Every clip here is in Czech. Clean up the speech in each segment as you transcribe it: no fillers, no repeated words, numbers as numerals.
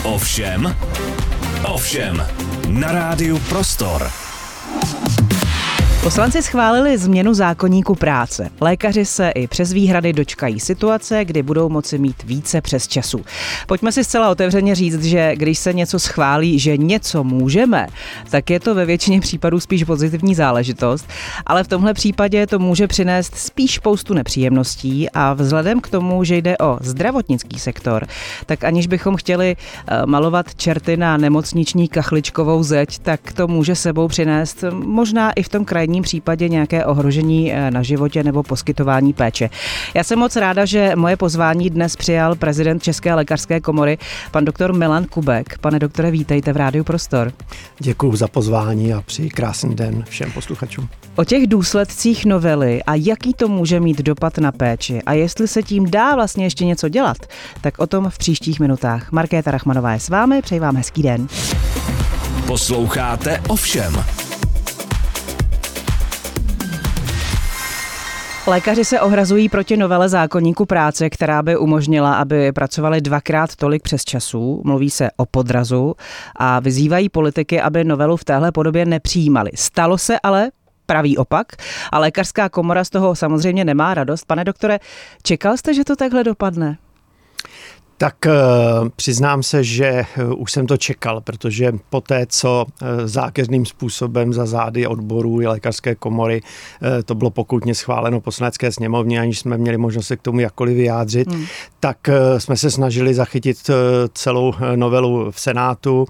Ovšem, na rádiu Prostor. Poslanci schválili změnu zákoníku práce. Lékaři se i přes výhrady dočkají situace, kdy budou moci mít více přesčasů. Pojďme si zcela otevřeně říct, že když se něco schválí, že něco můžeme, tak je to ve většině případů spíš pozitivní záležitost, ale v tomhle případě to může přinést spíš spoustu nepříjemností a vzhledem k tomu, že jde o zdravotnický sektor, tak aniž bychom chtěli malovat čerty na nemocniční kachličkovou zeď, tak to může sebou přinést možná i v tom krajním případě nějaké ohrožení na životě nebo poskytování péče. Já jsem moc ráda, že moje pozvání dnes přijal prezident České lékařské komory, pan doktor Milan Kubek. Pane doktore, vítejte v Rádiu Prostor. Děkuji za pozvání a přeji krásný den všem posluchačům. O těch důsledcích novely a jaký to může mít dopad na péči a jestli se tím dá vlastně ještě něco dělat, tak o tom v příštích minutách. Markéta Rachmanová je s vámi, přeji vám hezký den. Posloucháte Ovšem. Lékaři se ohrazují proti novele zákoníku práce, která by umožnila, aby pracovali 2x tolik přesčasů. Mluví se o podrazu a vyzývají politiky, aby novelu v téhle podobě nepřijímali. Stalo se ale pravý opak a lékařská komora z toho samozřejmě nemá radost. Pane doktore, čekal jste, že to takhle dopadne? Tak přiznám se, že už jsem to čekal, protože poté, co zákeřným způsobem za zády odborů i lékařské komory to bylo pokutně schváleno Poslanecké sněmovně, aniž jsme měli možnost se k tomu jakkoliv vyjádřit, tak jsme se snažili zachytit celou novelu v Senátu.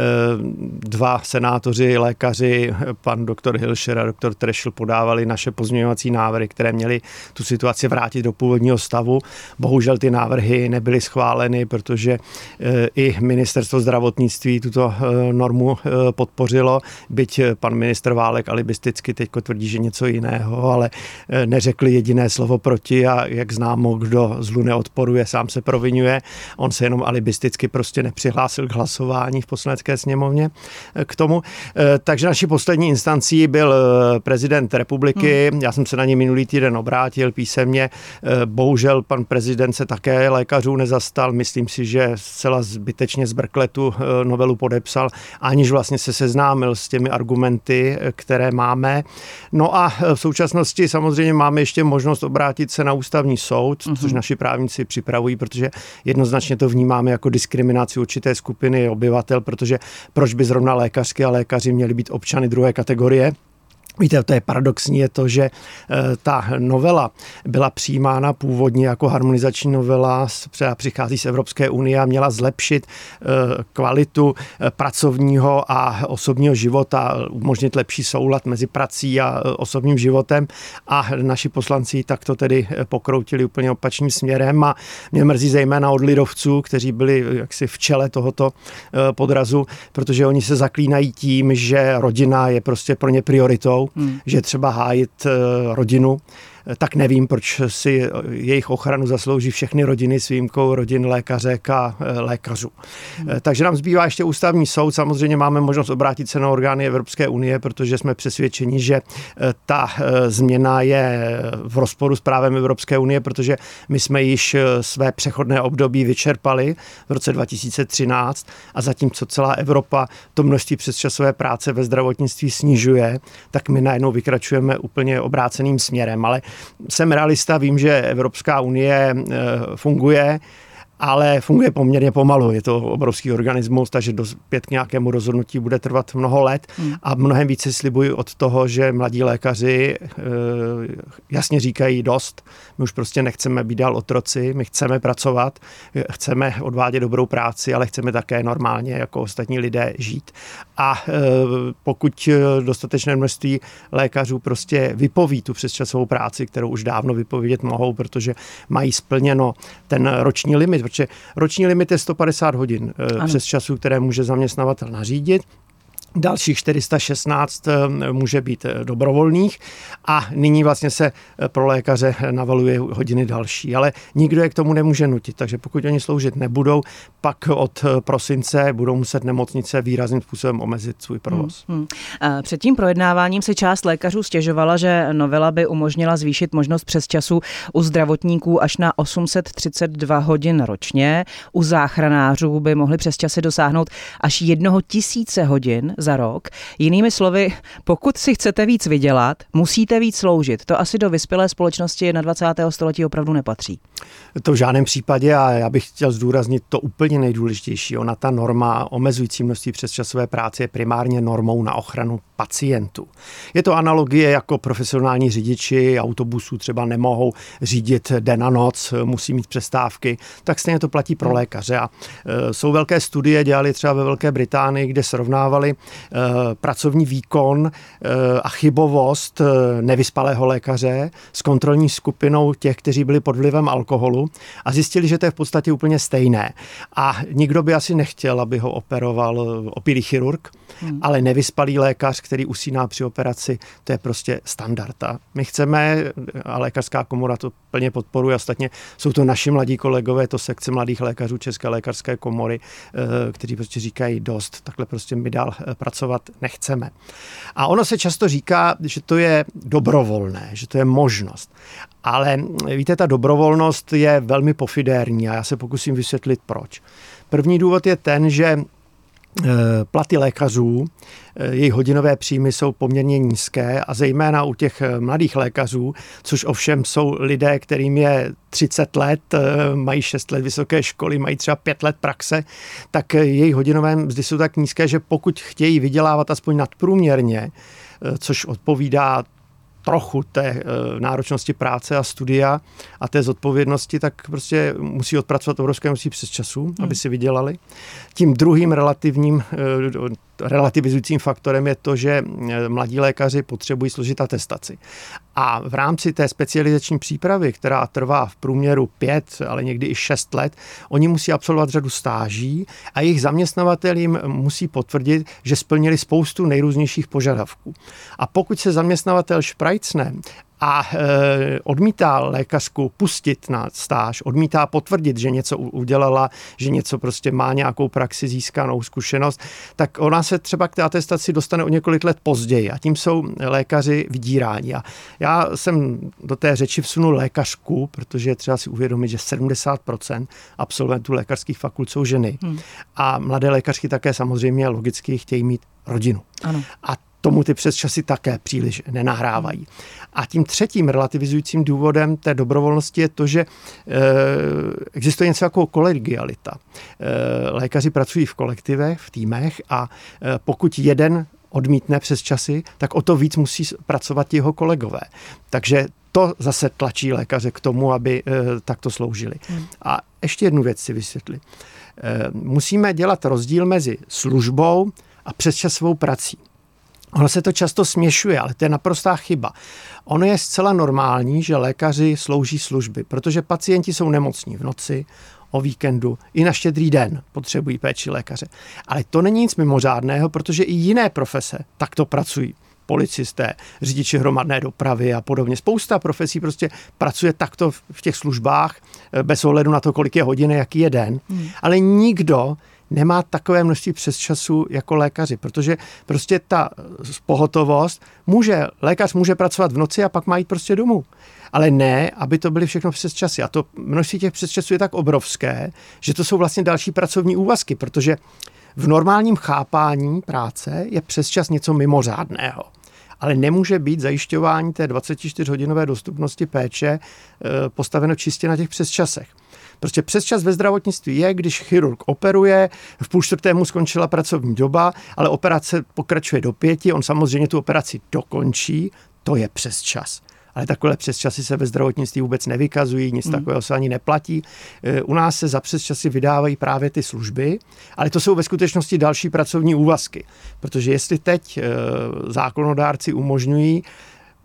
Dva senátoři, lékaři, pan doktor Hilšer a doktor Trešl podávali naše pozměňovací návrhy, které měly tu situaci vrátit do původního stavu. Bohužel ty návrhy nebyly schváleny, protože i ministerstvo zdravotnictví tuto normu podpořilo, byť pan ministr Válek alibisticky teďko tvrdí, že něco jiného, ale neřekli jediné slovo proti a jak známo, kdo zlu neodporuje, sám se provinuje. On se jenom alibisticky prostě nepřihlásil k hlasování v Poslanecké sněmovně k tomu. Takže naší poslední instancí byl prezident republiky. Já jsem se na něj minulý týden obrátil písemně. Bohužel pan prezident se také lékařů nezastal. Myslím si, že zcela zbytečně zbrkle tu novelu podepsal, aniž vlastně se seznámil s těmi argumenty, které máme. No a v současnosti samozřejmě máme ještě možnost obrátit se na ústavní soud, což naši právníci připravují, protože jednoznačně to vnímáme jako diskriminaci určité skupiny obyvatel, protože proč by zrovna lékařky a lékaři měli být občany druhé kategorie? Víte, to je paradoxní, je to, že ta novela byla přijímána původně jako harmonizační novela, přichází z Evropské unie a měla zlepšit kvalitu pracovního a osobního života, umožnit lepší soulad mezi prací a osobním životem a naši poslanci takto tedy pokroutili úplně opačným směrem a mě mrzí zejména od lidovců, kteří byli jaksi v čele tohoto podrazu, protože oni se zaklínají tím, že rodina je prostě pro ně prioritou, že třeba hájit rodinu, tak nevím, proč si jejich ochranu zaslouží všechny rodiny s výjimkou rodin lékařek a lékařů. Takže nám zbývá ještě ústavní soud. Samozřejmě máme možnost obrátit se na orgány Evropské unie, protože jsme přesvědčeni, že ta změna je v rozporu s právem Evropské unie, protože my jsme již své přechodné období vyčerpali v roce 2013 a zatímco celá Evropa to množství přesčasové práce ve zdravotnictví snižuje, tak my najednou vykračujeme úplně obráceným směrem. Ale jsem realista, vím, že Evropská unie funguje, ale funguje poměrně pomalu. Je to obrovský organismus, takže dospět k nějakému rozhodnutí bude trvat mnoho let a mnohem více slibuji od toho, že mladí lékaři jasně říkají dost. My už prostě nechceme být dál otroci, my chceme pracovat, chceme odvádět dobrou práci, ale chceme také normálně jako ostatní lidé žít. A pokud dostatečné množství lékařů prostě vypoví tu přesčasovou práci, kterou už dávno vypovědět mohou, protože mají splněno ten roční limit, protože roční limit je 150 hodin přes času, které může zaměstnavatel nařídit. Dalších 416 může být dobrovolných a nyní vlastně se pro lékaře navaluje hodiny další, ale nikdo je k tomu nemůže nutit, takže pokud oni sloužit nebudou, pak od prosince budou muset nemocnice výrazným způsobem omezit svůj provoz. Před tím projednáváním se část lékařů stěžovala, že novela by umožnila zvýšit možnost přesčasů u zdravotníků až na 832 hodin ročně. U záchranářů by mohli přesčasy dosáhnout až 1000 hodin za rok. Jinými slovy, pokud si chcete víc vydělat, musíte víc sloužit. To asi do vyspělé společnosti 21. století opravdu nepatří. To v žádném případě a já bych chtěl zdůraznit to úplně nejdůležitější. Ona ta norma omezující množství přesčasové práce je primárně normou na ochranu pacientů. Je to analogie jako profesionální řidiči autobusů třeba nemohou řídit den a noc, musí mít přestávky, tak stejně to platí pro lékaře. A jsou velké studie, dělali třeba ve Velké Británii, kde srovnávali pracovní výkon a chybovost nevyspalého lékaře s kontrolní skupinou těch, kteří byli pod vlivem alkoholu a zjistili, že to je v podstatě úplně stejné. A nikdo by asi nechtěl, aby ho operoval opilý chirurg, ale nevyspalý lékař, který usíná při operaci, to je prostě standard. A my chceme, a lékařská komora to plně podporuje, ostatně jsou to naši mladí kolegové, to sekce mladých lékařů České lékařské komory, kteří prostě říkají dost, takhle prostě my dál pracovat nechceme. A ono se často říká, že to je dobrovolné, že to je možnost. Ale víte, ta dobrovolnost je velmi pofidérní a já se pokusím vysvětlit proč. První důvod je ten, že platy lékařů, jejich hodinové příjmy jsou poměrně nízké a zejména u těch mladých lékařů, což ovšem jsou lidé, kterým je 30 let, mají 6 let vysoké školy, mají třeba 5 let praxe, tak jejich hodinové mzdy jsou tak nízké, že pokud chtějí vydělávat aspoň nadprůměrně, což odpovídá trochu té náročnosti práce a studia a té zodpovědnosti, tak prostě musí odpracovat obrovské množství přesčasů, aby si vydělali. Tím druhým relativizujícím faktorem je to, že mladí lékaři potřebují složit atestaci. A v rámci té specializační přípravy, která trvá v průměru 5, ale někdy i 6 let, oni musí absolvovat řadu stáží a jejich zaměstnavatel jim musí potvrdit, že splnili spoustu nejrůznějších požadavků. A pokud se zaměstnavatel šprajcne a odmítá lékařku pustit na stáž, odmítá potvrdit, že něco udělala, že něco prostě má nějakou praxi, získanou zkušenost, tak ona se třeba k té atestaci dostane o několik let později a tím jsou lékaři vydíráni. A já jsem do té řeči vsunul lékařku, protože je třeba si uvědomit, že 70% absolventů lékařských fakult jsou ženy. A mladé lékařky také samozřejmě logicky chtějí mít rodinu. Ano. A tomu ty přesčasy také příliš nenahrávají. A tím třetím relativizujícím důvodem té dobrovolnosti je to, že existuje něco jako kolegialita. Lékaři pracují v kolektivech, v týmech a pokud jeden odmítne přesčasy, tak o to víc musí pracovat jeho kolegové. Takže to zase tlačí lékaře k tomu, aby takto sloužili. A ještě jednu věc si vysvětlit. Musíme dělat rozdíl mezi službou a přesčasovou prací. Ono se to často směšuje, ale to je naprostá chyba. Ono je zcela normální, že lékaři slouží služby, protože pacienti jsou nemocní v noci, o víkendu, i na Štědrý den potřebují péči lékaře. Ale to není nic mimořádného, protože i jiné profese takto pracují. Policisté, řidiči hromadné dopravy a podobně. Spousta profesí prostě pracuje takto v těch službách, bez ohledu na to, kolik je hodin, jaký je den. Ale nikdo nemá takové množství přesčasů jako lékaři, protože prostě ta pohotovost lékař může pracovat v noci a pak má jít prostě domů. Ale ne, aby to byly všechno přesčasy. A to množství těch přesčasů je tak obrovské, že to jsou vlastně další pracovní úvazky, protože v normálním chápání práce je přesčas něco mimořádného. Ale nemůže být zajišťování té 24-hodinové dostupnosti péče postaveno čistě na těch přesčasech. Prostě přesčas ve zdravotnictví je, když chirurg operuje, v 3:30 skončila pracovní doba, ale operace pokračuje do 5, on samozřejmě tu operaci dokončí, to je přesčas. Ale takové přesčasy se ve zdravotnictví vůbec nevykazují, nic takového se ani neplatí. U nás se za přesčasy vydávají právě ty služby, ale to jsou ve skutečnosti další pracovní úvazky. Protože jestli teď zákonodárci umožňují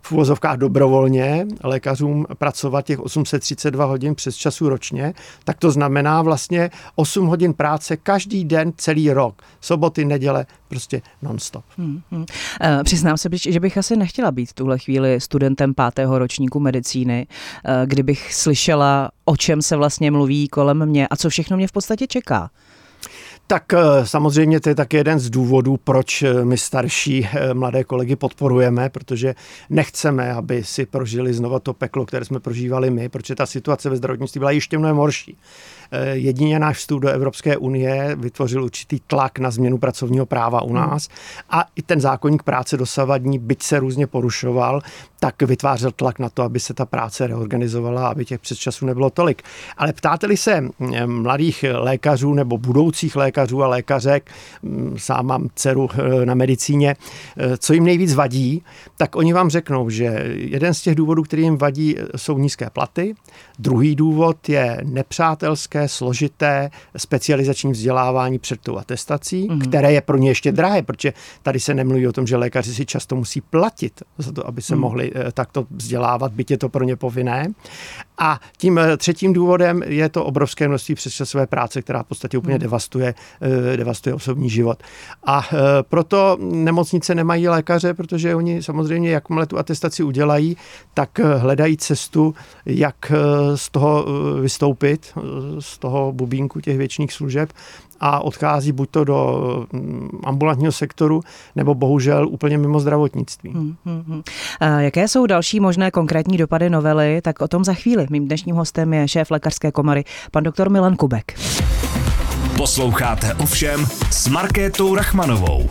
v uvozovkách dobrovolně lékařům pracovat těch 832 hodin přes času ročně, tak to znamená vlastně 8 hodin práce každý den celý rok. Soboty, neděle, prostě non-stop. Přiznám se, že bych asi nechtěla být v tuhle chvíli studentem 5. ročníku medicíny, kdybych slyšela, o čem se vlastně mluví kolem mě a co všechno mě v podstatě čeká. Tak samozřejmě to je taky jeden z důvodů, proč my starší mladé kolegy podporujeme, protože nechceme, aby si prožili znova to peklo, které jsme prožívali my, protože ta situace ve zdravotnictví byla ještě mnohem horší. Jedině náš vstup do Evropské unie vytvořil určitý tlak na změnu pracovního práva u nás a i ten zákoník práce dosavadní, byť se různě porušoval, tak vytvářel tlak na to, aby se ta práce reorganizovala, aby těch přesčasů nebylo tolik. Ale ptáte-li se mladých lékařů nebo budoucích lékařů a lékařek, sám mám dceru na medicíně, co jim nejvíc vadí, tak oni vám řeknou, že jeden z těch důvodů, který jim vadí, jsou nízké platy. Druhý důvod je nepřátelské, složité specializační vzdělávání před tou atestací, které je pro ně ještě drahé, protože tady se nemluví o tom, že lékaři si často musí platit za to, aby se mohli takto vzdělávat, byť je to pro ně povinné. A tím třetím důvodem je to obrovské množství přesčasové práce, která v podstatě úplně devastuje osobní život. A proto nemocnice nemají lékaře, protože oni samozřejmě, jakmile tu atestaci udělají, tak hledají cestu, jak z toho vystoupit, z toho bubínku těch věčných služeb a odchází buď to do ambulantního sektoru, nebo bohužel úplně mimo zdravotnictví. Jaké jsou další možné konkrétní dopady novely, tak o tom za chvíli. Mým dnešním hostem je šéf lékařské komory, pan doktor Milan Kubek. Posloucháte Ovšem s Markétou Rachmanovou.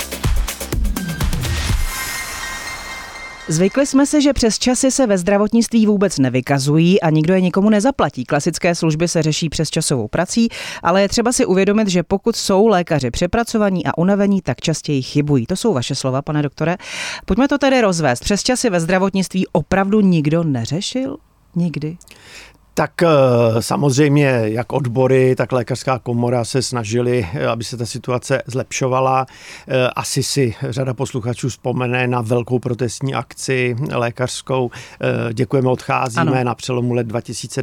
Zvykli jsme se, že přesčasy se ve zdravotnictví vůbec nevykazují a nikdo je nikomu nezaplatí. Klasické služby se řeší přesčasovou prací, ale je třeba si uvědomit, že pokud jsou lékaři přepracovaní a unavení, tak častěji chybují. To jsou vaše slova, pane doktore. Pojďme to tedy rozvést. Přesčasy ve zdravotnictví opravdu nikdo neřešil? Nikdy? Tak samozřejmě jak odbory, tak lékařská komora se snažili, aby se ta situace zlepšovala. Asi si řada posluchačů vzpomene na velkou protestní akci lékařskou Děkujeme, odcházíme na přelomu let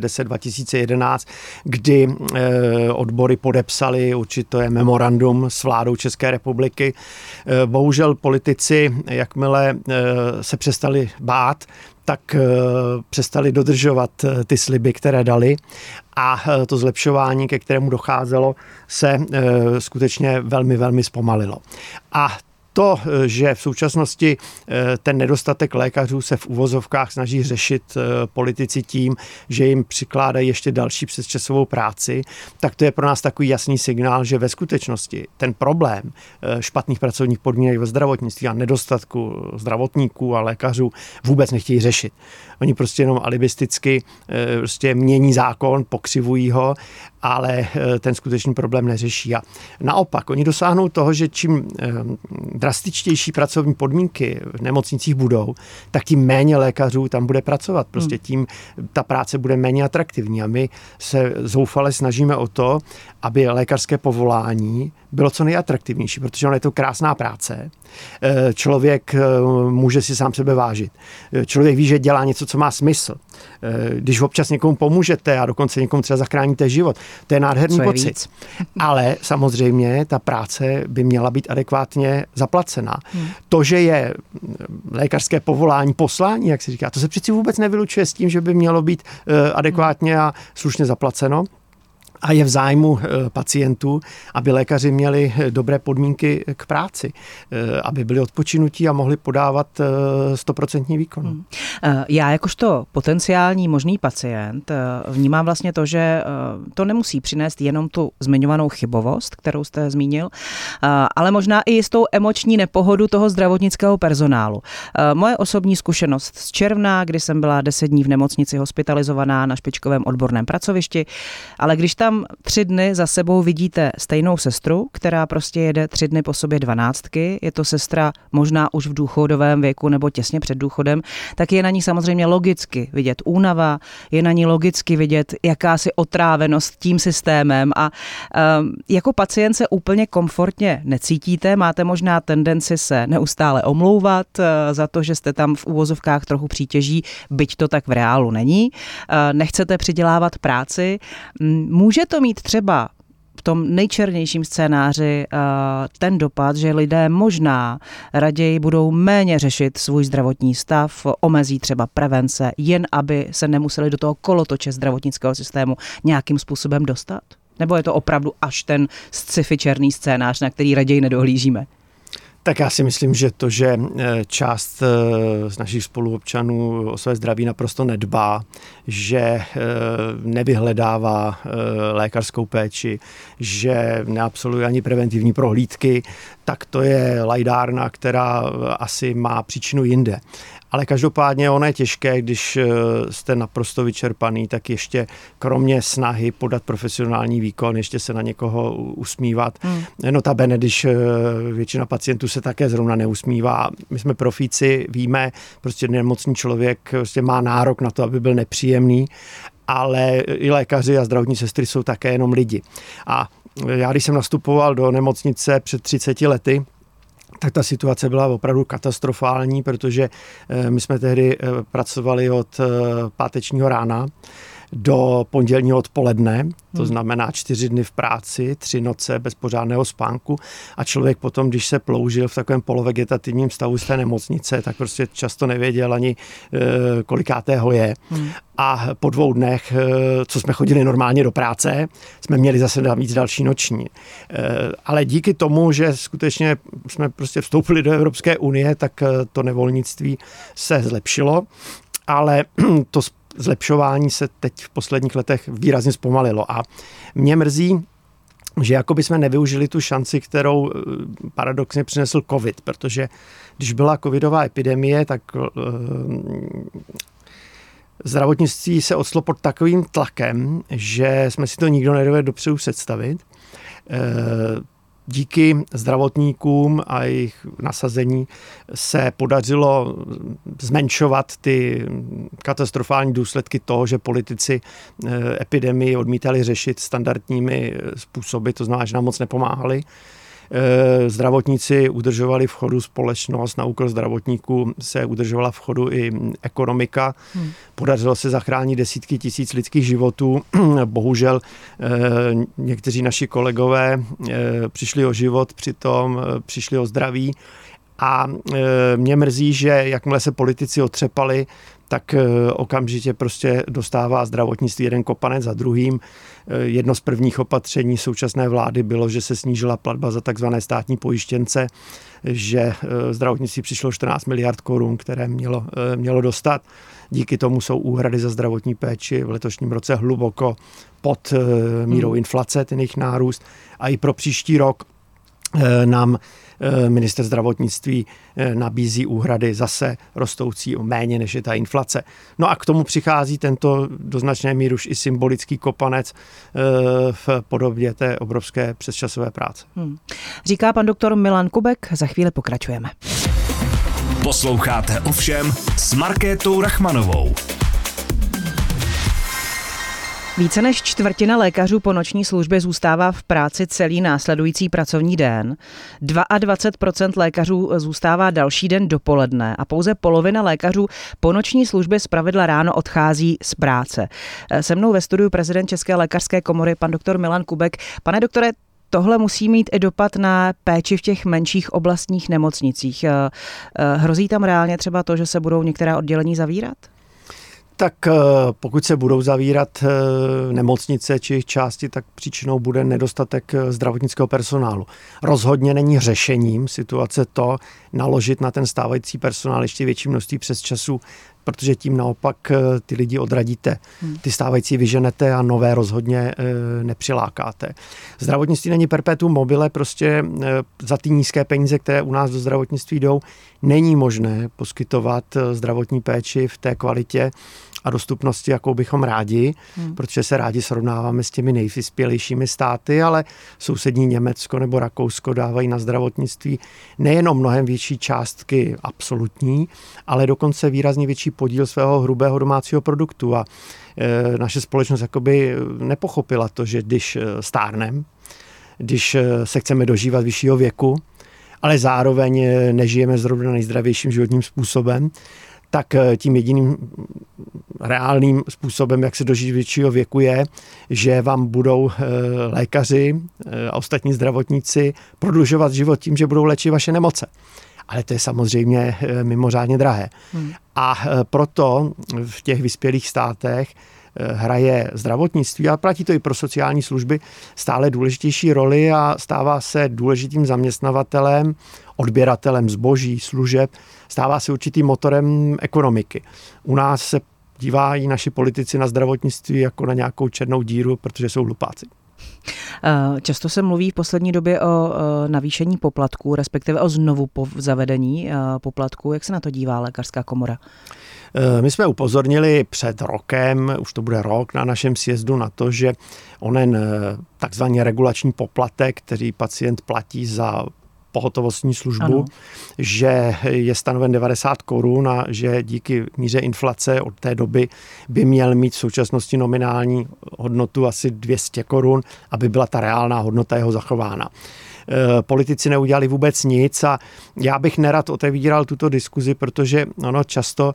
2010-2011, kdy odbory podepsali určité memorandum s vládou České republiky. Bohužel politici, jakmile se přestali bát, tak přestali dodržovat ty sliby, které dali a to zlepšování, ke kterému docházelo, se skutečně velmi, velmi zpomalilo. A to, že v současnosti ten nedostatek lékařů se v uvozovkách snaží řešit politici tím, že jim přikládají ještě další přesčasovou práci, tak to je pro nás takový jasný signál, že ve skutečnosti ten problém špatných pracovních podmínek ve zdravotnictví a nedostatku zdravotníků a lékařů vůbec nechtějí řešit. Oni prostě jenom alibisticky prostě mění zákon, pokřivují ho, ale ten skutečný problém neřeší. A naopak, oni dosáhnou toho, že čím drastičtější pracovní podmínky v nemocnicích budou, tak tím méně lékařů tam bude pracovat. Prostě tím ta práce bude méně atraktivní. A my se zoufale snažíme o to, aby lékařské povolání bylo co nejatraktivnější, protože ono je to krásná práce. Člověk může si sám sebe vážit. Člověk ví, že dělá něco, co má smysl. Když občas někomu pomůžete a dokonce někomu třeba zachráníte život, to je nádherný pocit. Víc? Ale samozřejmě ta práce by měla být adekvátně zaplacená. To, že je lékařské povolání, poslání, jak se říká, to se přeci vůbec nevylučuje s tím, že by mělo být adekvátně a slušně zaplaceno. A je v zájmu pacientů, aby lékaři měli dobré podmínky k práci, aby byli odpočinutí a mohli podávat 100% výkon. Já jakožto potenciální možný pacient vnímám vlastně to, že to nemusí přinést jenom tu zmiňovanou chybovost, kterou jste zmínil, ale možná i jistou emoční nepohodu toho zdravotnického personálu. Moje osobní zkušenost z června, kdy jsem byla 10 dní v nemocnici hospitalizovaná na špičkovém odborném pracovišti, ale když tam tam 3 dny za sebou vidíte stejnou sestru, která prostě jede 3 dny po sobě 12, je to sestra možná už v důchodovém věku nebo těsně před důchodem, tak je na ní samozřejmě logicky vidět únava, je na ní logicky vidět jakási otrávenost tím systémem a jako pacient se úplně komfortně necítíte, máte možná tendenci se neustále omlouvat za to, že jste tam v uvozovkách trochu přítěží, byť to tak v reálu není. Nechcete přidělávat práci. Může to mít třeba v tom nejčernějším scénáři ten dopad, že lidé možná raději budou méně řešit svůj zdravotní stav, omezí třeba prevence, jen aby se nemuseli do toho kolotoče zdravotnického systému nějakým způsobem dostat? Nebo je to opravdu až ten sci-fi černý scénář, na který raději nedohlížíme? Tak já si myslím, že to, že část z našich spoluobčanů o své zdraví naprosto nedbá, že nevyhledává lékařskou péči, že neabsolvuje ani preventivní prohlídky, tak to je lajdárna, která asi má příčinu jinde. Ale každopádně ono je těžké, když jste naprosto vyčerpaný, tak ještě kromě snahy podat profesionální výkon, ještě se na někoho usmívat. Notabene, když většina pacientů se také zrovna neusmívá. My jsme profíci, víme, prostě nemocný člověk prostě má nárok na to, aby byl nepříjemný, ale i lékaři a zdravotní sestry jsou také jenom lidi. A já, když jsem nastupoval do nemocnice před 30 lety, tak ta situace byla opravdu katastrofální, protože my jsme tehdy pracovali od pátečního rána do pondělního odpoledne, to znamená 4 dny v práci, 3 noce bez pořádného spánku a člověk potom, když se ploužil v takovém polovegetativním stavu z té nemocnice, tak prostě často nevěděl ani kolikátého je. A po 2 dnech, co jsme chodili normálně do práce, jsme měli zase navíc další noční. Ale díky tomu, že skutečně jsme prostě vstoupili do Evropské unie, tak to nevolnictví se zlepšilo, ale to zlepšování se teď v posledních letech výrazně zpomalilo a mě mrzí, že jako by jsme nevyužili tu šanci, kterou paradoxně přinesl covid, protože když byla covidová epidemie, tak zdravotnictví se octlo pod takovým tlakem, že jsme si to nikdo nedovedl dopředu představit. Díky zdravotníkům a jejich nasazení se podařilo zmenšovat ty katastrofální důsledky toho, že politici epidemii odmítali řešit standardními způsoby, to znamená, že nám moc nepomáhali. Zdravotníci udržovali v chodu společnost, na úkor zdravotníků se udržovala v chodu i ekonomika. Podařilo se zachránit desítky tisíc lidských životů. Bohužel někteří naši kolegové přišli o život, přitom přišli o zdraví. A mě mrzí, že jakmile se politici otřepali, tak okamžitě prostě dostává zdravotnictví jeden kopanec za druhým. Jedno z prvních opatření současné vlády bylo, že se snížila platba za takzvané státní pojištěnce, že zdravotnictví přišlo 14 miliard korun, které mělo dostat. Díky tomu jsou úhrady za zdravotní péči v letošním roce hluboko pod mírou inflace, ten jejich nárůst. A i pro příští rok nám ministr zdravotnictví nabízí úhrady zase rostoucí o méně, než je ta inflace. No a k tomu přichází tento do značné míry už i symbolický kopanec v podobě té obrovské přesčasové práce. Říká pan doktor Milan Kubek, za chvíli pokračujeme. Posloucháte Ovšem s Markétou Rachmanovou. Více než čtvrtina lékařů po noční službě zůstává v práci celý následující pracovní den. 22% lékařů zůstává další den dopoledne a pouze polovina lékařů po noční službě zpravidla ráno odchází z práce. Se mnou ve studiu prezident České lékařské komory, pan doktor Milan Kubek. Pane doktore, tohle musí mít i dopad na péči v těch menších oblastních nemocnicích. Hrozí tam reálně třeba to, že se budou některá oddělení zavírat? Tak pokud se budou zavírat nemocnice či jejich části, tak příčinou bude nedostatek zdravotnického personálu. Rozhodně není řešením situace to naložit na ten stávající personál ještě větší množství přesčasů, protože tím naopak ty lidi odradíte. Ty stávající vyženete a nové rozhodně nepřilákáte. Zdravotnictví není perpetuum mobile, prostě za ty nízké peníze, které u nás do zdravotnictví jdou, není možné poskytovat zdravotní péči v té kvalitě, a dostupnosti, jakou bychom rádi, protože se rádi srovnáváme s těmi nejvyspělejšími státy, ale sousední Německo nebo Rakousko dávají na zdravotnictví nejenom mnohem větší částky absolutní, ale dokonce výrazně větší podíl svého hrubého domácího produktu. A naše společnost jakoby nepochopila to, že když stárnem, když se chceme dožívat vyššího věku, ale zároveň nežijeme zrovna nejzdravějším životním způsobem, tak tím jediným reálným způsobem, jak se dožít většího věku, je, že vám budou lékaři a ostatní zdravotníci prodlužovat život tím, že budou léčit vaše nemoce. Ale to je samozřejmě mimořádně drahé. A proto v těch vyspělých státech hraje zdravotnictví, ale platí to i pro sociální služby, stále důležitější roli a stává se důležitým zaměstnavatelem, odběratelem zboží, služeb, stává se určitým motorem ekonomiky. U nás se dívají naši politici na zdravotnictví jako na nějakou černou díru, protože jsou hlupáci. Často se mluví v poslední době o navýšení poplatků, respektive o znovu zavedení poplatků. Jak se na to dívá lékařská komora? My jsme upozornili před rokem, už to bude rok, na našem sjezdu na to, že onen takzvaný regulační poplatek, který pacient platí za pohotovostní službu, ano, že je stanoven 90 korun a že díky míře inflace od té doby by měl mít v současnosti nominální hodnotu asi 200 korun, aby byla ta reálná hodnota jeho zachována. Politici neudělali vůbec nic a já bych nerad otevíral tuto diskuzi, protože ono často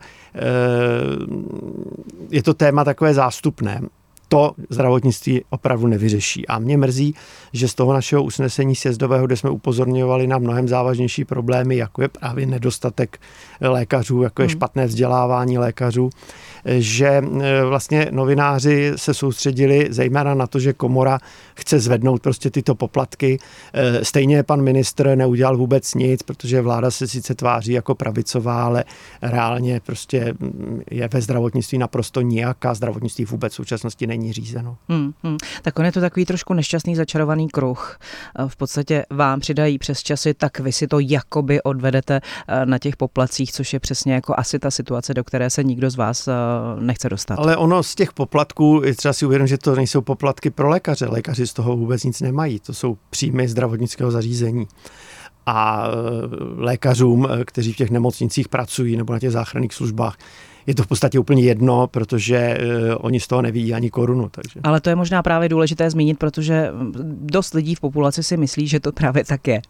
je to téma takové zástupné. To zdravotnictví opravdu nevyřeší. A mě mrzí, že z toho našeho usnesení sjezdového, kde jsme upozorňovali na mnohem závažnější problémy, jako je právě nedostatek lékařů, jako je špatné vzdělávání lékařů, že vlastně novináři se soustředili zejména na to, že komora chce zvednout prostě tyto poplatky. Stejně pan ministr neudělal vůbec nic, protože vláda se sice tváří jako pravicová, ale reálně prostě je ve zdravotnictví naprosto nijak a zdravotnictví vůbec v současnosti není řízeno. Tak on je to takový trošku nešťastný začarovaný kruh. V podstatě vám přidají přes časy, tak vy si to jakoby odvedete na těch poplatcích, což je přesně jako asi ta situace, do které se nikdo z vás nechce dostat. Ale ono z těch poplatků, je třeba si uvědomit, že to nejsou poplatky pro lékaře. Lékaři z toho vůbec nic nemají. To jsou příjmy zdravotnického zařízení. A lékařům, kteří v těch nemocnicích pracují nebo na těch záchranných službách, je to v podstatě úplně jedno, protože oni z toho nevidí ani korunu. Takže. Ale to je možná právě důležité zmínit, protože dost lidí v populaci si myslí, že to právě tak je.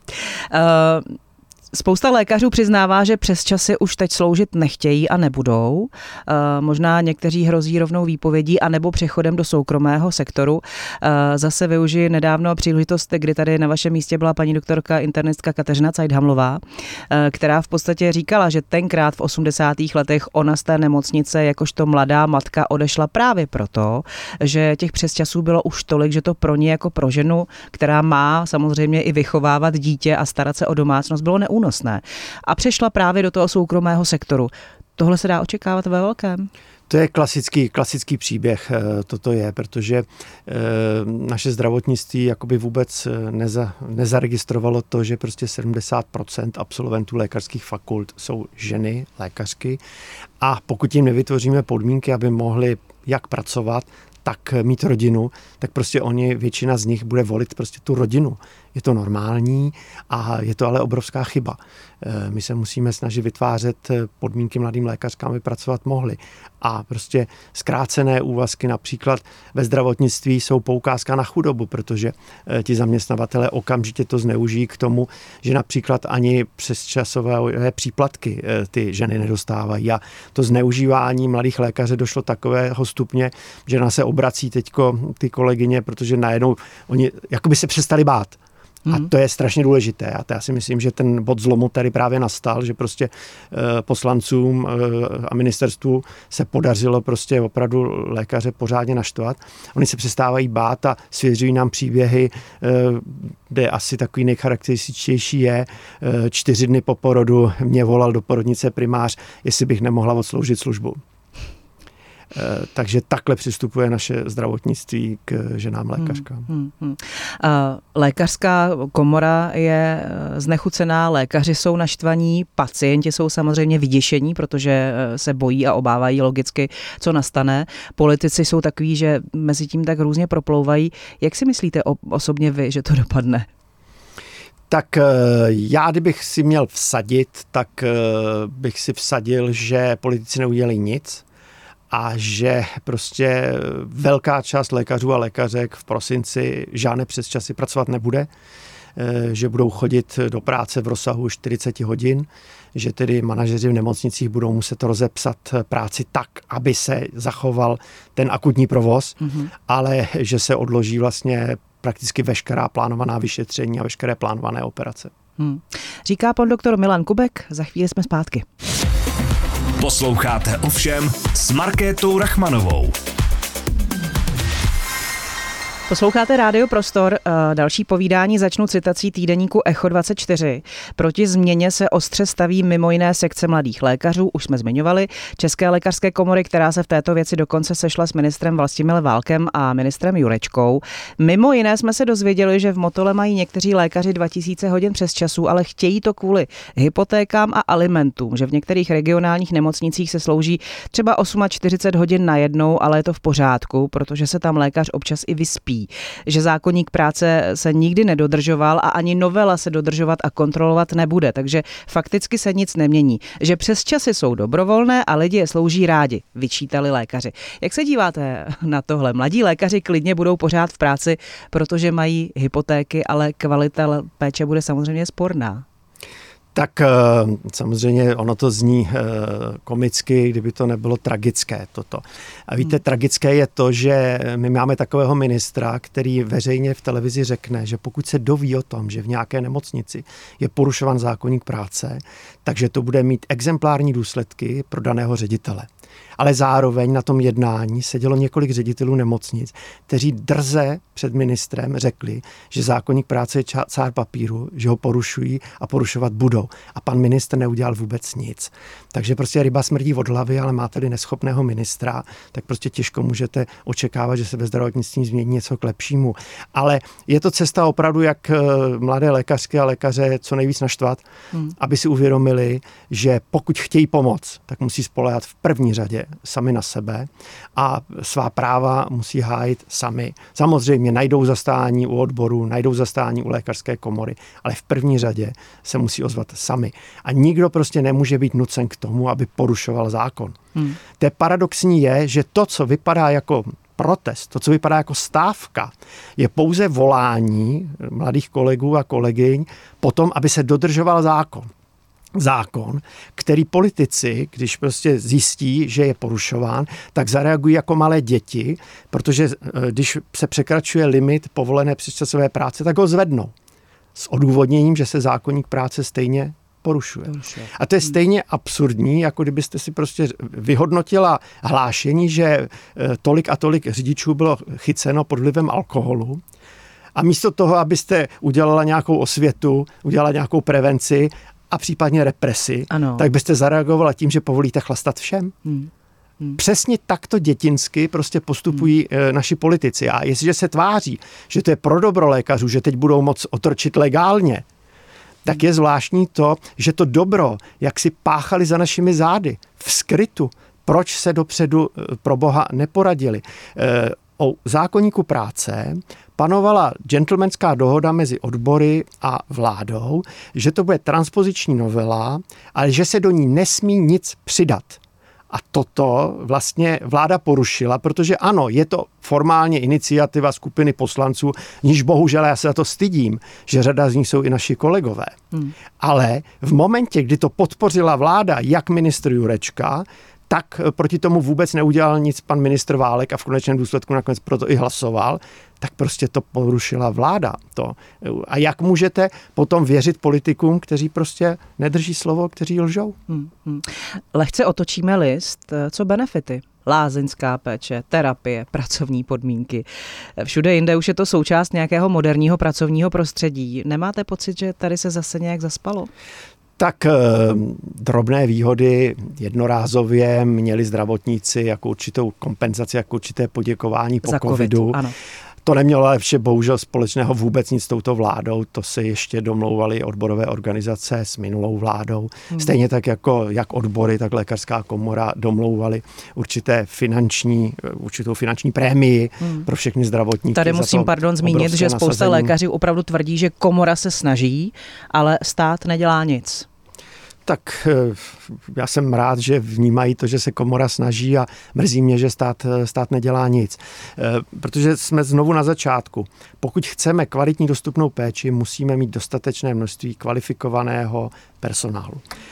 Spousta lékařů přiznává, že přes časy už teď sloužit nechtějí a nebudou. Možná někteří hrozí rovnou výpovědí anebo přechodem do soukromého sektoru. Zase využiji nedávno příležitost, kdy tady na vašem místě byla paní doktorka internistka Kateřina Cajthamlová, která v podstatě říkala, že tenkrát v 80. letech ona z té nemocnice jakožto mladá matka odešla právě proto, že těch přesčasů bylo už tolik, že to pro ní jako pro ženu, která má samozřejmě i vychovávat dítě a starat se o domácnost, bylo neúnosné. A přešla právě do toho soukromého sektoru. Tohle se dá očekávat ve velkém? To je klasický příběh, toto je, protože naše zdravotnictví jakoby vůbec nezaregistrovalo to, že prostě 70% absolventů lékařských fakult jsou ženy, lékařky, a pokud jim nevytvoříme podmínky, aby mohli jak pracovat, tak mít rodinu, tak prostě většina z nich bude volit prostě tu rodinu. Je to normální a je to ale obrovská chyba. My se musíme snažit vytvářet podmínky mladým lékařkám, aby pracovat mohli. A prostě zkrácené úvazky například ve zdravotnictví jsou poukázka na chudobu, protože ti zaměstnavatelé okamžitě to zneužijí k tomu, že například ani přesčasové příplatky ty ženy nedostávají. A to zneužívání mladých lékařů došlo takového stupně, že na se obrací teďko ty kolegyně, protože najednou oni jakoby se přestali bát. A to je strašně důležité. A já si myslím, že ten bod zlomu tady právě nastal, že prostě poslancům a ministerstvu se podařilo prostě opravdu lékaře pořádně naštvat. Oni se přestávají bát a svěřují nám příběhy, kde asi takový nejcharakterističtější je, 4 dny po porodu mě volal do porodnice primář, jestli bych nemohla odsloužit službu. Takže takhle přistupuje naše zdravotnictví k ženám lékařkám. Lékařská komora je znechucená, lékaři jsou naštvaní, pacienti jsou samozřejmě vyděšení, protože se bojí a obávají logicky, co nastane. Politici jsou takový, že mezi tím tak různě proplouvají. Jak si myslíte osobně vy, že to dopadne? Tak já, kdybych si měl vsadit, tak bych si vsadil, že politici neudělají nic a že prostě velká část lékařů a lékařek v prosinci žádné přesčasy pracovat nebude, že budou chodit do práce v rozsahu 40 hodin, že tedy manažeři v nemocnicích budou muset rozepsat práci tak, aby se zachoval ten akutní provoz, ale že se odloží vlastně prakticky veškerá plánovaná vyšetření a veškeré plánované operace. Říká pan doktor Milan Kubek, za chvíli jsme zpátky. Posloucháte Ovšem s Markétou Rachmanovou. Posloucháte Rádio Prostor. Další povídání začnu citací týdeníku Echo 24. Proti změně se ostře staví mimo jiné sekce mladých lékařů, už jsme zmiňovali, České lékařské komory, která se v této věci dokonce sešla s ministrem Vlastimilem Válkem a ministrem Jurečkou. Mimo jiné jsme se dozvěděli, že v Motole mají někteří lékaři 2000 hodin přesčasů, ale chtějí to kvůli hypotékám a alimentům, že v některých regionálních nemocnicích se slouží třeba 48 hodin najednou, ale je to v pořádku, protože se tam lékař občas i vyspí. Že zákoník práce se nikdy nedodržoval a ani novela se dodržovat a kontrolovat nebude, takže fakticky se nic nemění. Že přesčasy jsou dobrovolné a lidi je slouží rádi, vyčítali lékaři. Jak se díváte na tohle? Mladí lékaři klidně budou pořád v práci, protože mají hypotéky, ale kvalita péče bude samozřejmě sporná. Tak samozřejmě ono to zní komicky, kdyby to nebylo tragické toto. A víte, tragické je to, že my máme takového ministra, který veřejně v televizi řekne, že pokud se doví o tom, že v nějaké nemocnici je porušovan zákoník práce, takže to bude mít exemplární důsledky pro daného ředitele. Ale zároveň na tom jednání sedělo několik ředitelů nemocnic, kteří drze před ministrem řekli, že zákoník práce je cár papíru, že ho porušují a porušovat budou. A pan ministr neudělal vůbec nic. Takže prostě ryba smrdí od hlavy, ale máte-li neschopného ministra, tak prostě těžko můžete očekávat, že se ve zdravotnictví změní něco k lepšímu. Ale je to cesta opravdu, jak mladé lékařské a lékaře co nejvíc naštvat, aby si uvědomili, že pokud chtějí pomoc, tak musí spoléhat v první řadě sami na sebe a svá práva musí hájit sami. Samozřejmě najdou zastání u odboru, najdou zastání u lékařské komory, ale v první řadě se musí ozvat sami. A nikdo prostě nemůže být nucen k tomu, aby porušoval zákon. To paradoxní je, že to, co vypadá jako protest, to, co vypadá jako stávka, je pouze volání mladých kolegů a kolegyň potom, aby se dodržoval zákon, který politici, když prostě zjistí, že je porušován, tak zareagují jako malé děti, protože když se překračuje limit povolené přesčasové práce, tak ho zvednou. S odůvodněním, že se zákoník práce stejně porušuje. A to je stejně absurdní, jako kdybyste si prostě vyhodnotila hlášení, že tolik a tolik řidičů bylo chyceno pod vlivem alkoholu. A místo toho, abyste udělala nějakou osvětu, udělala nějakou prevenci a případně represi, tak byste zareagovala tím, že povolíte chlastat všem. Přesně takto dětinsky prostě postupují naši politici. A jestliže se tváří, že to je pro dobro lékařů, že teď budou moc otročit legálně, tak je zvláštní to, že to dobro, jak si páchali za našimi zády, v skrytu, proč se dopředu pro Boha neporadili. O zákoníku práce panovala gentlemanská dohoda mezi odbory a vládou, že to bude transpoziční novela, ale že se do ní nesmí nic přidat. A toto vlastně vláda porušila, protože ano, je to formálně iniciativa skupiny poslanců, níž bohužel já se za to stydím, že řada z nich jsou i naši kolegové. Ale v momentě, kdy to podpořila vláda, jak ministr Jurečka, tak proti tomu vůbec neudělal nic pan ministr Válek a v konečném důsledku nakonec proto i hlasoval, tak prostě to porušila vláda. A jak můžete potom věřit politikům, kteří prostě nedrží slovo, kteří lžou? Lehce otočíme list. Co benefity? Lázeňská péče, terapie, pracovní podmínky. Všude jinde už je to součást nějakého moderního pracovního prostředí. Nemáte pocit, že tady se zase nějak zaspalo? Tak drobné výhody jednorázově měli zdravotníci jako určitou kompenzaci, jako určité poděkování po covidu. Ano. To nemělo ale vše bohužel společného vůbec nic s touto vládou, to se ještě domlouvaly odborové organizace s minulou vládou. Stejně tak jako jak odbory, tak lékařská komora domlouvaly určitou finanční prémii pro všechny zdravotníky. Tady musím zmínit, že spousta lékařů opravdu tvrdí, že komora se snaží, ale stát nedělá nic. Tak já jsem rád, že vnímají to, že se komora snaží a mrzí mě, že stát nedělá nic. Protože jsme znovu na začátku. Pokud chceme kvalitní dostupnou péči, musíme mít dostatečné množství kvalifikovaného personálu.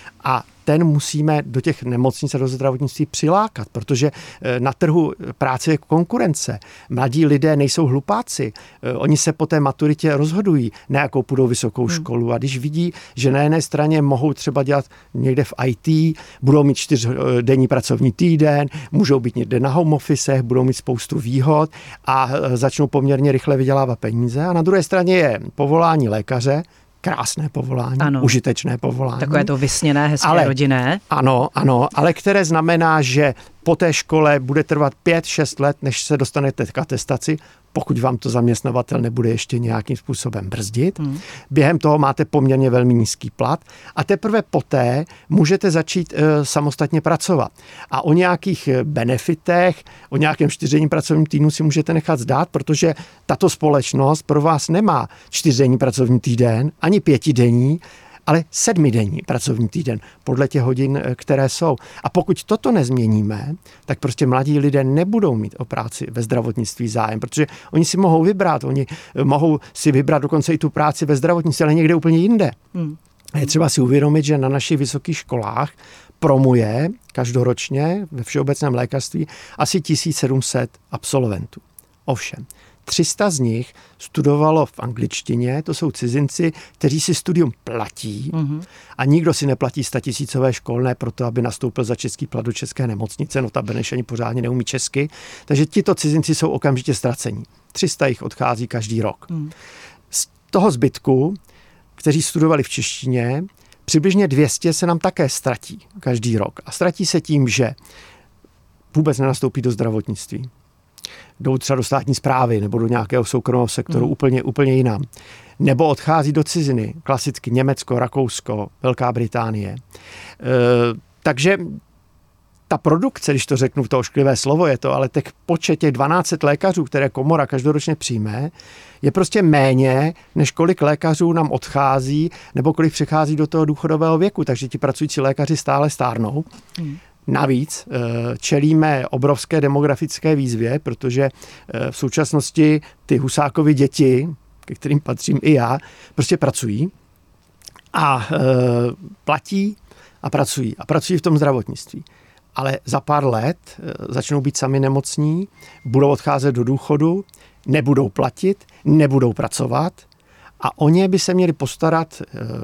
A ten musíme do těch nemocnic a do zdravotnictví přilákat, protože na trhu práce je konkurence. Mladí lidé nejsou hlupáci. Oni se po té maturitě rozhodují, na jakou půjdou vysokou školu. A když vidí, že na jedné straně mohou třeba dělat někde v IT, budou mít 4denní pracovní týden, můžou být někde na home office, budou mít spoustu výhod a začnou poměrně rychle vydělávat peníze. A na druhé straně je povolání lékaře, krásné povolání, užitečné povolání. Takové to vysněné, hezké, rodinné. Ano, ale které znamená, že po té škole bude trvat 5-6 let, než se dostanete k atestaci, pokud vám to zaměstnavatel nebude ještě nějakým způsobem brzdit. Během toho máte poměrně velmi nízký plat a teprve poté můžete začít samostatně pracovat. A o nějakých benefitech, o nějakém 4denním pracovním týdnu si můžete nechat zdát, protože tato společnost pro vás nemá 4denní pracovní týden, ani 5denní, ale 7denní pracovní týden podle těch hodin, které jsou. A pokud toto nezměníme, tak prostě mladí lidé nebudou mít o práci ve zdravotnictví zájem, protože oni si mohou vybrat, oni mohou si vybrat dokonce i tu práci ve zdravotnictví, ale někde úplně jinde. A je třeba si uvědomit, že na našich vysokých školách promuje každoročně ve všeobecném lékařství asi 1700 absolventů. Ovšem, 300 z nich studovalo v angličtině, to jsou cizinci, kteří si studium platí a nikdo si neplatí 100 000 školné proto, aby nastoupil za český plat do české nemocnice, notabene ani pořádně neumí česky, takže tito cizinci jsou okamžitě ztracení. 300 jich odchází každý rok. Z toho zbytku, kteří studovali v češtině, přibližně 200 se nám také ztratí každý rok. A ztratí se tím, že vůbec nenastoupí do zdravotnictví. Jdou třeba do státní správy nebo do nějakého soukromého sektoru úplně jinam. Nebo odchází do ciziny, klasicky Německo, Rakousko, Velká Británie. Takže ta produkce, když to řeknu, to ošklivé slovo je to, ale těch počet těch 12 lékařů, které komora každoročně přijme, je prostě méně, než kolik lékařů nám odchází nebo kolik přichází do toho důchodového věku. Takže ti pracující lékaři stále stárnou. Navíc čelíme obrovské demografické výzvě, protože v současnosti ty Husákovy děti, ke kterým patřím i já, prostě pracují a platí a pracují v tom zdravotnictví. Ale za pár let začnou být sami nemocní, budou odcházet do důchodu, nebudou platit, nebudou pracovat a o ně by se měly postarat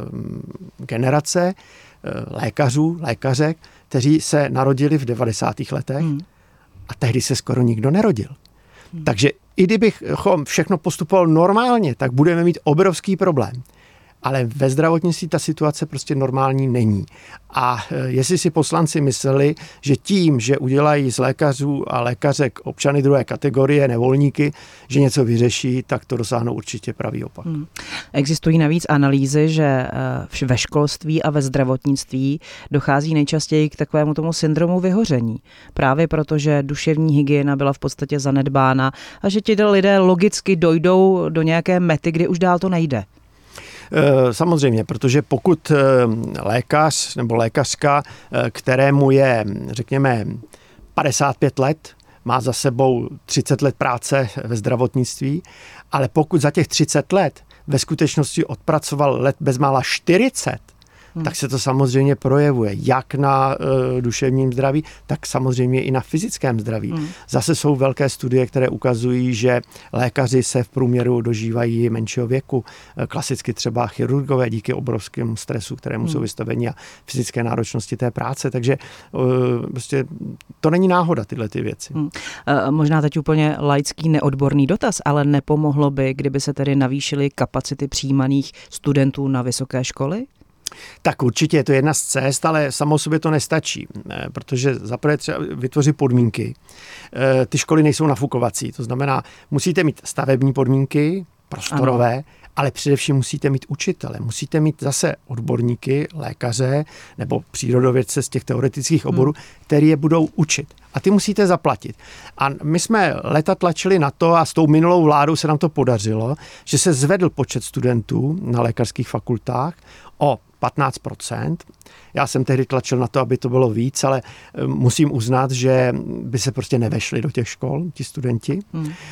generace lékařů, lékařek, kteří se narodili v 90. letech a tehdy se skoro nikdo nerodil. Takže i kdybychom všechno postupovalo normálně, tak budeme mít obrovský problém. Ale ve zdravotnictví ta situace prostě normální není. A jestli si poslanci mysleli, že tím, že udělají z lékařů a lékařek občany druhé kategorie, nevolníky, že něco vyřeší, tak to dosáhnou určitě pravý opak. Existují navíc analýzy, že ve školství a ve zdravotnictví dochází nejčastěji k takovému tomu syndromu vyhoření. Právě proto, že duševní hygiena byla v podstatě zanedbána a že ti lidé logicky dojdou do nějaké mety, kdy už dál to nejde. Samozřejmě, protože pokud lékař nebo lékařka, kterému je, řekněme, 55 let, má za sebou 30 let práce ve zdravotnictví, ale pokud za těch 30 let ve skutečnosti odpracoval let bezmála 40, tak se to samozřejmě projevuje jak na duševním zdraví, tak samozřejmě i na fyzickém zdraví. Zase jsou velké studie, které ukazují, že lékaři se v průměru dožívají menšího věku. Klasicky třeba chirurgové díky obrovskému stresu, kterému jsou vystaveni a fyzické náročnosti té práce. Takže prostě to není náhoda, tyhle ty věci. Možná teď úplně laický neodborný dotaz, ale nepomohlo by, kdyby se tedy navýšily kapacity přijímaných studentů na vysoké školy? Tak určitě je to jedna z cest, ale samo sobě to nestačí, protože zaprvé třeba vytvořit podmínky. Ty školy nejsou nafukovací, to znamená, musíte mít stavební podmínky, prostorové, ano. Ale především musíte mít učitele, musíte mít zase odborníky, lékaře nebo přírodovědce z těch teoretických oborů, který je budou učit. A ty musíte zaplatit. A my jsme léta tlačili na to a s tou minulou vládou se nám to podařilo, že se zvedl počet studentů na lékařských fakultách o 15%. Já jsem tehdy tlačil na to, aby to bylo víc, ale musím uznat, že by se prostě nevešli do těch škol, ti studenti.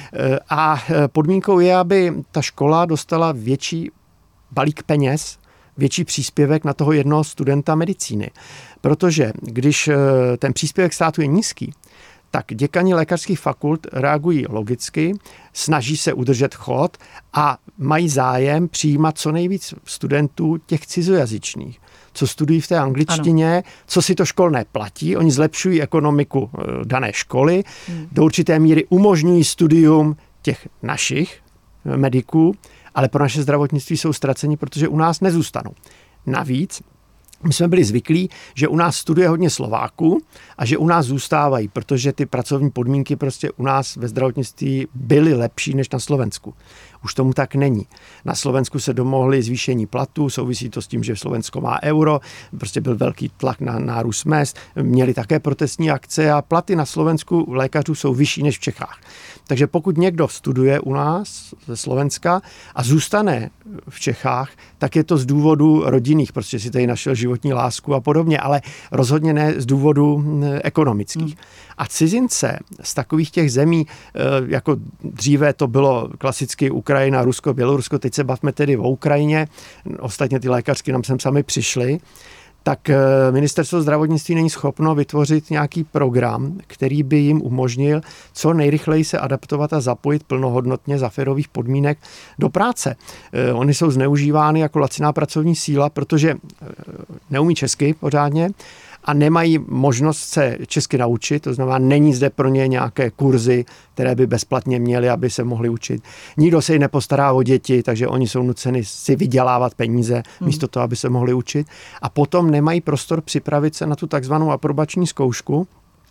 A podmínkou je, aby ta škola dostala větší balík peněz, větší příspěvek na toho jednoho studenta medicíny. Protože když ten příspěvek státu je nízký, tak děkani lékařských fakult reagují logicky, snaží se udržet chod a mají zájem přijímat co nejvíc studentů těch cizojazyčných, co studují v té angličtině, ano. Co si to školné platí, oni zlepšují ekonomiku dané školy, do určité míry umožňují studium těch našich mediků, ale pro naše zdravotnictví jsou ztraceni, protože u nás nezůstanou. Navíc my jsme byli zvyklí, že u nás studuje hodně Slováků a že u nás zůstávají, protože ty pracovní podmínky prostě u nás ve zdravotnictví byly lepší než na Slovensku. Už tomu tak není. Na Slovensku se domohli zvýšení platů, souvisí to s tím, že Slovensko má euro, prostě byl velký tlak na nárůst mezd, měli také protestní akce a platy na Slovensku lékařů jsou vyšší než v Čechách. Takže pokud někdo studuje u nás ze Slovenska a zůstane v Čechách, tak je to z důvodu rodinných, prostě si tady našel životní lásku a podobně, ale rozhodně ne z důvodu ekonomických. A cizince z takových těch zemí, jako dříve to bylo klasicky Ukrajina, Rusko, Bělorusko, teď se bavme tedy o Ukrajině, ostatně ty lékařky nám sem sami přišly, tak ministerstvo zdravotnictví není schopno vytvořit nějaký program, který by jim umožnil co nejrychleji se adaptovat a zapojit plnohodnotně za férových podmínek do práce. Oni jsou zneužívány jako laciná pracovní síla, protože neumí česky pořádně a nemají možnost se česky naučit, to znamená, není zde pro ně nějaké kurzy, které by bezplatně měli, aby se mohli učit. Nikdo se jí nepostará o děti, takže oni jsou nuceni si vydělávat peníze místo toho, aby se mohli učit. A potom nemají prostor připravit se na tu takzvanou aprobační zkoušku,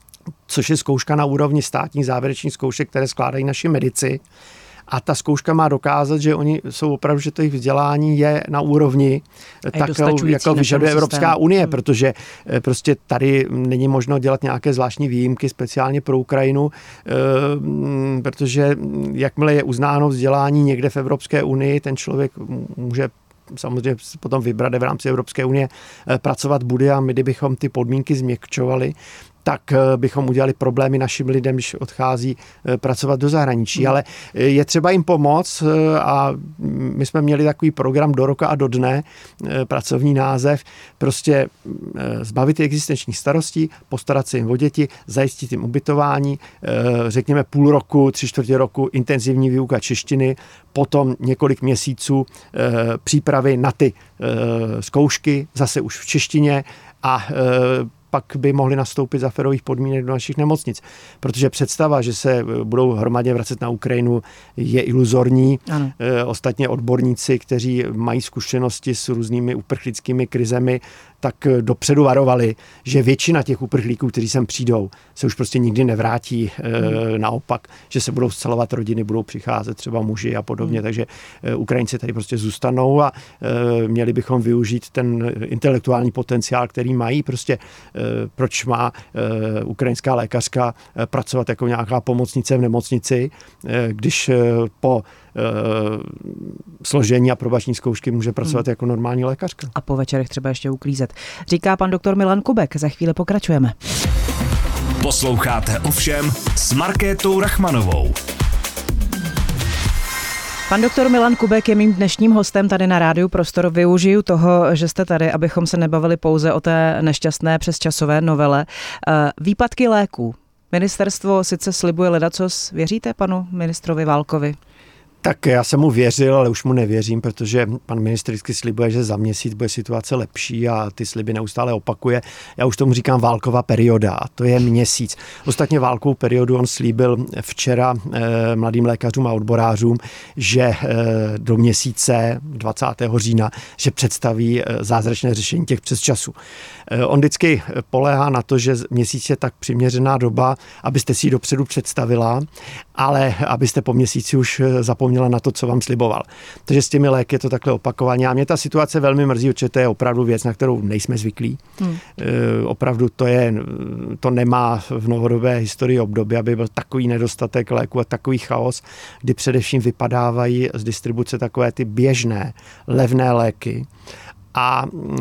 což je zkouška na úrovni státních závěrečných zkoušek, které skládají naši medici. A ta zkouška má dokázat, že oni jsou opravdu, že to jejich vzdělání je na úrovni, tak jako vyžaduje Evropská unie, protože prostě tady není možno dělat nějaké zvláštní výjimky speciálně pro Ukrajinu, protože jakmile je uznáno vzdělání někde v Evropské unii, ten člověk může samozřejmě potom vybrat v rámci Evropské unie pracovat bude a my, kdybychom ty podmínky změkčovali, tak bychom udělali problémy našim lidem, když odchází pracovat do zahraničí. Ale je třeba jim pomoct a my jsme měli takový program do roka a do dne, pracovní název, prostě zbavit existenčních starostí, postarat se jim o děti, zajistit jim ubytování, řekněme půl roku, 3/4 roku intenzivní výuka češtiny, potom několik měsíců přípravy na ty zkoušky, zase už v češtině a pak by mohli nastoupit za férových podmínek do našich nemocnic. Protože představa, že se budou hromadně vracet na Ukrajinu, je iluzorní. Ano. Ostatně odborníci, kteří mají zkušenosti s různými uprchlickými krizemi, tak dopředu varovali, že většina těch uprchlíků, kteří sem přijdou, se už prostě nikdy nevrátí. Naopak, že se budou scelovat rodiny, budou přicházet třeba muži a podobně. Takže Ukrajinci tady prostě zůstanou a měli bychom využít ten intelektuální potenciál, který mají. Prostě proč má ukrajinská lékařka pracovat jako nějaká pomocnice v nemocnici, když po složení aprobační zkoušky může pracovat jako normální lékařka. A po večerech třeba ještě uklízet. Říká pan doktor Milan Kubek. Za chvíli pokračujeme. Posloucháte Ovšem s Markétou Rachmanovou. Pan doktor Milan Kubek je mým dnešním hostem tady na Rádiu Prostor. Využiju toho, že jste tady, abychom se nebavili pouze o té nešťastné přesčasové novele. Výpadky léků. Ministerstvo sice slibuje ledacos. Věříte panu ministrovi Válkovi? Tak já jsem mu věřil, ale už mu nevěřím, protože pan ministr vždycky slibuje, že za měsíc bude situace lepší a ty sliby neustále opakuje. Já už tomu říkám válková perioda a to je měsíc. Ostatně válkovou periodu on slíbil včera mladým lékařům a odborářům, že do měsíce 20. října, že představí zázračné řešení těch přesčasů. On vždycky poléhá na to, že měsíc je tak přiměřená doba, abyste si ji dopředu představila, ale abyste po měsíci už zapomněla na to, co vám sliboval. Takže s těmi léky je to takhle opakovaně. A mě ta situace velmi mrzí, protože to je opravdu věc, na kterou nejsme zvyklí. Opravdu to nemá v novodobé historii období, aby byl takový nedostatek léku a takový chaos, kdy především vypadávají z distribuce takové ty běžné, levné léky. A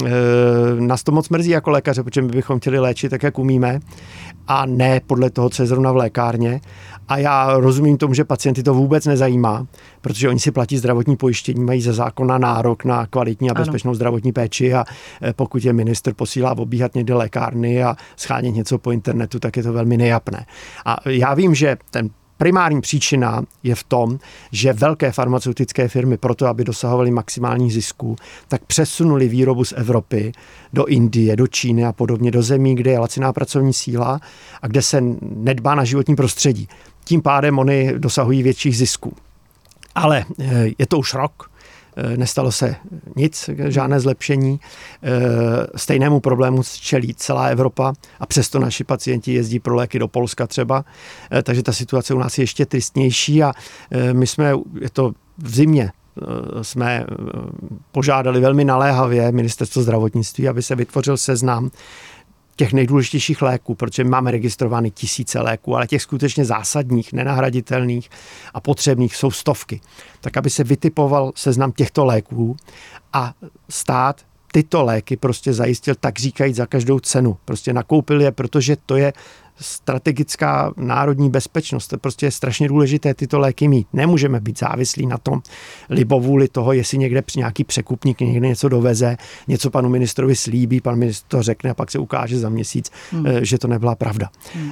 nás to moc mrzí jako lékaře, protože my bychom chtěli léčit tak, jak umíme a ne podle toho, co je zrovna v lékárně. A já rozumím tomu, že pacienty to vůbec nezajímá, protože oni si platí zdravotní pojištění, mají ze zákona nárok na kvalitní a bezpečnou zdravotní péči a pokud je ministr posílá obíhat někde lékárny a schánět něco po internetu, tak je to velmi nejapné. A já vím, že ten primární příčina je v tom, že velké farmaceutické firmy proto, aby dosahovaly maximální zisku, tak přesunuli výrobu z Evropy do Indie, do Číny a podobně, do zemí, kde je laciná pracovní síla a kde se nedbá na životní prostředí. Tím pádem oni dosahují větších zisků. Ale je to už rok, nestalo se nic, žádné zlepšení. Stejnému problému čelí celá Evropa a přesto naši pacienti jezdí pro léky do Polska třeba. Takže ta situace u nás je ještě tristnější a je to v zimě, jsme požádali velmi naléhavě ministerstvo zdravotnictví, aby se vytvořil seznam těch nejdůležitějších léků, protože máme registrovány tisíce léků, ale těch skutečně zásadních, nenahraditelných a potřebných jsou stovky. Tak aby se vytipoval seznam těchto léků a stát tyto léky prostě zajistil tak říkajíc za každou cenu. Prostě nakoupil je, protože to je strategická národní bezpečnost. To prostě je strašně důležité tyto léky mít. Nemůžeme být závislí na tom libovůli toho, jestli někde nějaký překupník někde něco doveze, něco panu ministrovi slíbí, pan ministr to řekne a pak se ukáže za měsíc, že to nebyla pravda.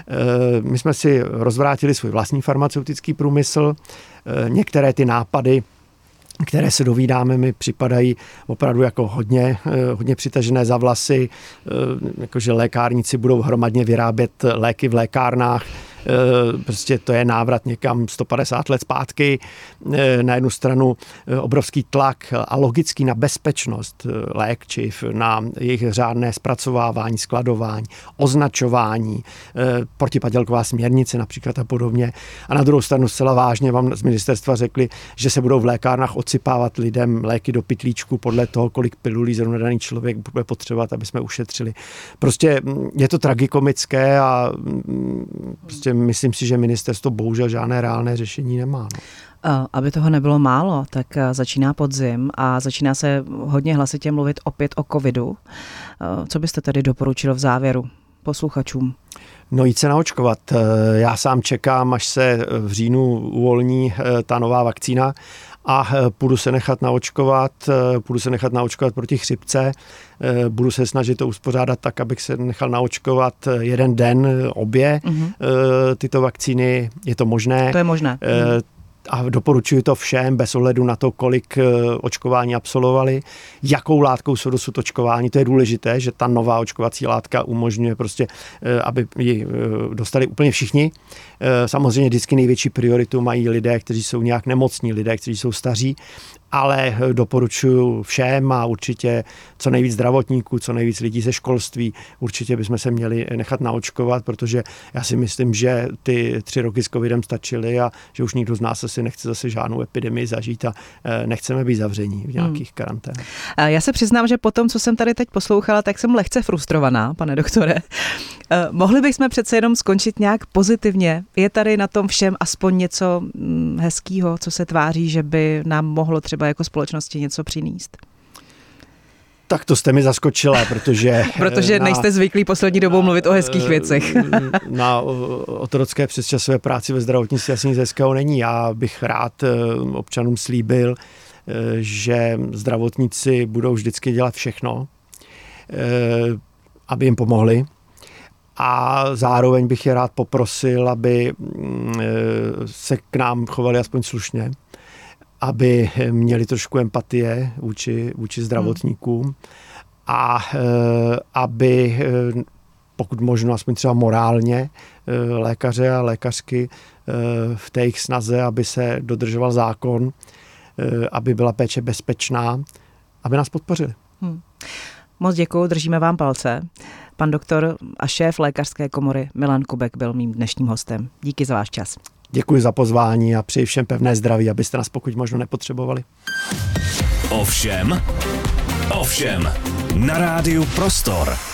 My jsme si rozvrátili svůj vlastní farmaceutický průmysl. Některé ty nápady, které se dovídáme, mi připadají opravdu jako hodně přitažené za vlasy, jakože lékárníci budou hromadně vyrábět léky v lékárnách. Prostě to je návrat někam 150 let zpátky. Na jednu stranu obrovský tlak a logický na bezpečnost léčiv, na jejich řádné zpracovávání, skladování, označování, protipadělková směrnice například a podobně. A na druhou stranu zcela vážně vám z ministerstva řekli, že se budou v lékárnách odsypávat lidem léky do pytlíčku podle toho, kolik pilulí zrovna daný člověk bude potřebovat, aby jsme ušetřili. Prostě je to tragikomické a prostě myslím si, že ministerstvo bohužel žádné reálné řešení nemá. No. Aby toho nebylo málo, tak začíná podzim a začíná se hodně hlasitě mluvit opět o covidu. Co byste tedy doporučil v závěru posluchačům? No jít se naočkovat. Já sám čekám, až se v říjnu uvolní ta nová vakcína a půjdu se nechat naočkovat proti chřipce. Budu se snažit to uspořádat tak, abych se nechal naočkovat jeden den obě tyto vakcíny. Je to možné. To je možné. A doporučuji to všem bez ohledu na to, kolik očkování absolvovali, jakou látkou jsou dosud očkování. To je důležité, že ta nová očkovací látka umožňuje prostě, aby ji dostali úplně všichni. Samozřejmě vždycky největší prioritu mají lidé, kteří jsou nějak nemocní, lidé, kteří jsou staří, ale doporučuji všem a určitě co nejvíc zdravotníků, co nejvíc lidí ze školství, určitě bychom se měli nechat naočkovat, protože já si myslím, že ty 3 roky s covidem stačily a že už nikdo z nás asi nechce zase žádnou epidemii zažít a nechceme být zavření v nějakých karanténách. Já se přiznám, že po tom, co jsem tady teď poslouchala, tak jsem lehce frustrovaná, pane doktore. Mohli bychom přece jenom skončit nějak pozitivně? Je tady na tom všem aspoň něco hezkýho, co se tváří, že by nám mohlo třeba jako společnosti něco přinést? Tak to jste mi zaskočila, protože... protože nejste zvyklí poslední dobou mluvit o hezkých věcech. Na otrocké přesčasové práci ve zdravotnictví asi nic hezkého není. Já bych rád občanům slíbil, že zdravotníci budou vždycky dělat všechno, aby jim pomohli. A zároveň bych je rád poprosil, aby se k nám chovali aspoň slušně aby měli trošku empatie vůči zdravotníkům a aby pokud možno aspoň třeba morálně lékaře a lékařky v té jejich snaze, aby se dodržoval zákon, aby byla péče bezpečná, aby nás podpořili. Moc děkuju, držíme vám palce. Pan doktor a šéf lékařské komory Milan Kubek byl mým dnešním hostem. Díky za váš čas. Děkuji za pozvání a přeji všem pevné zdraví, abyste nás pokud možno nepotřebovali. Ovšem na rádiu Prostor.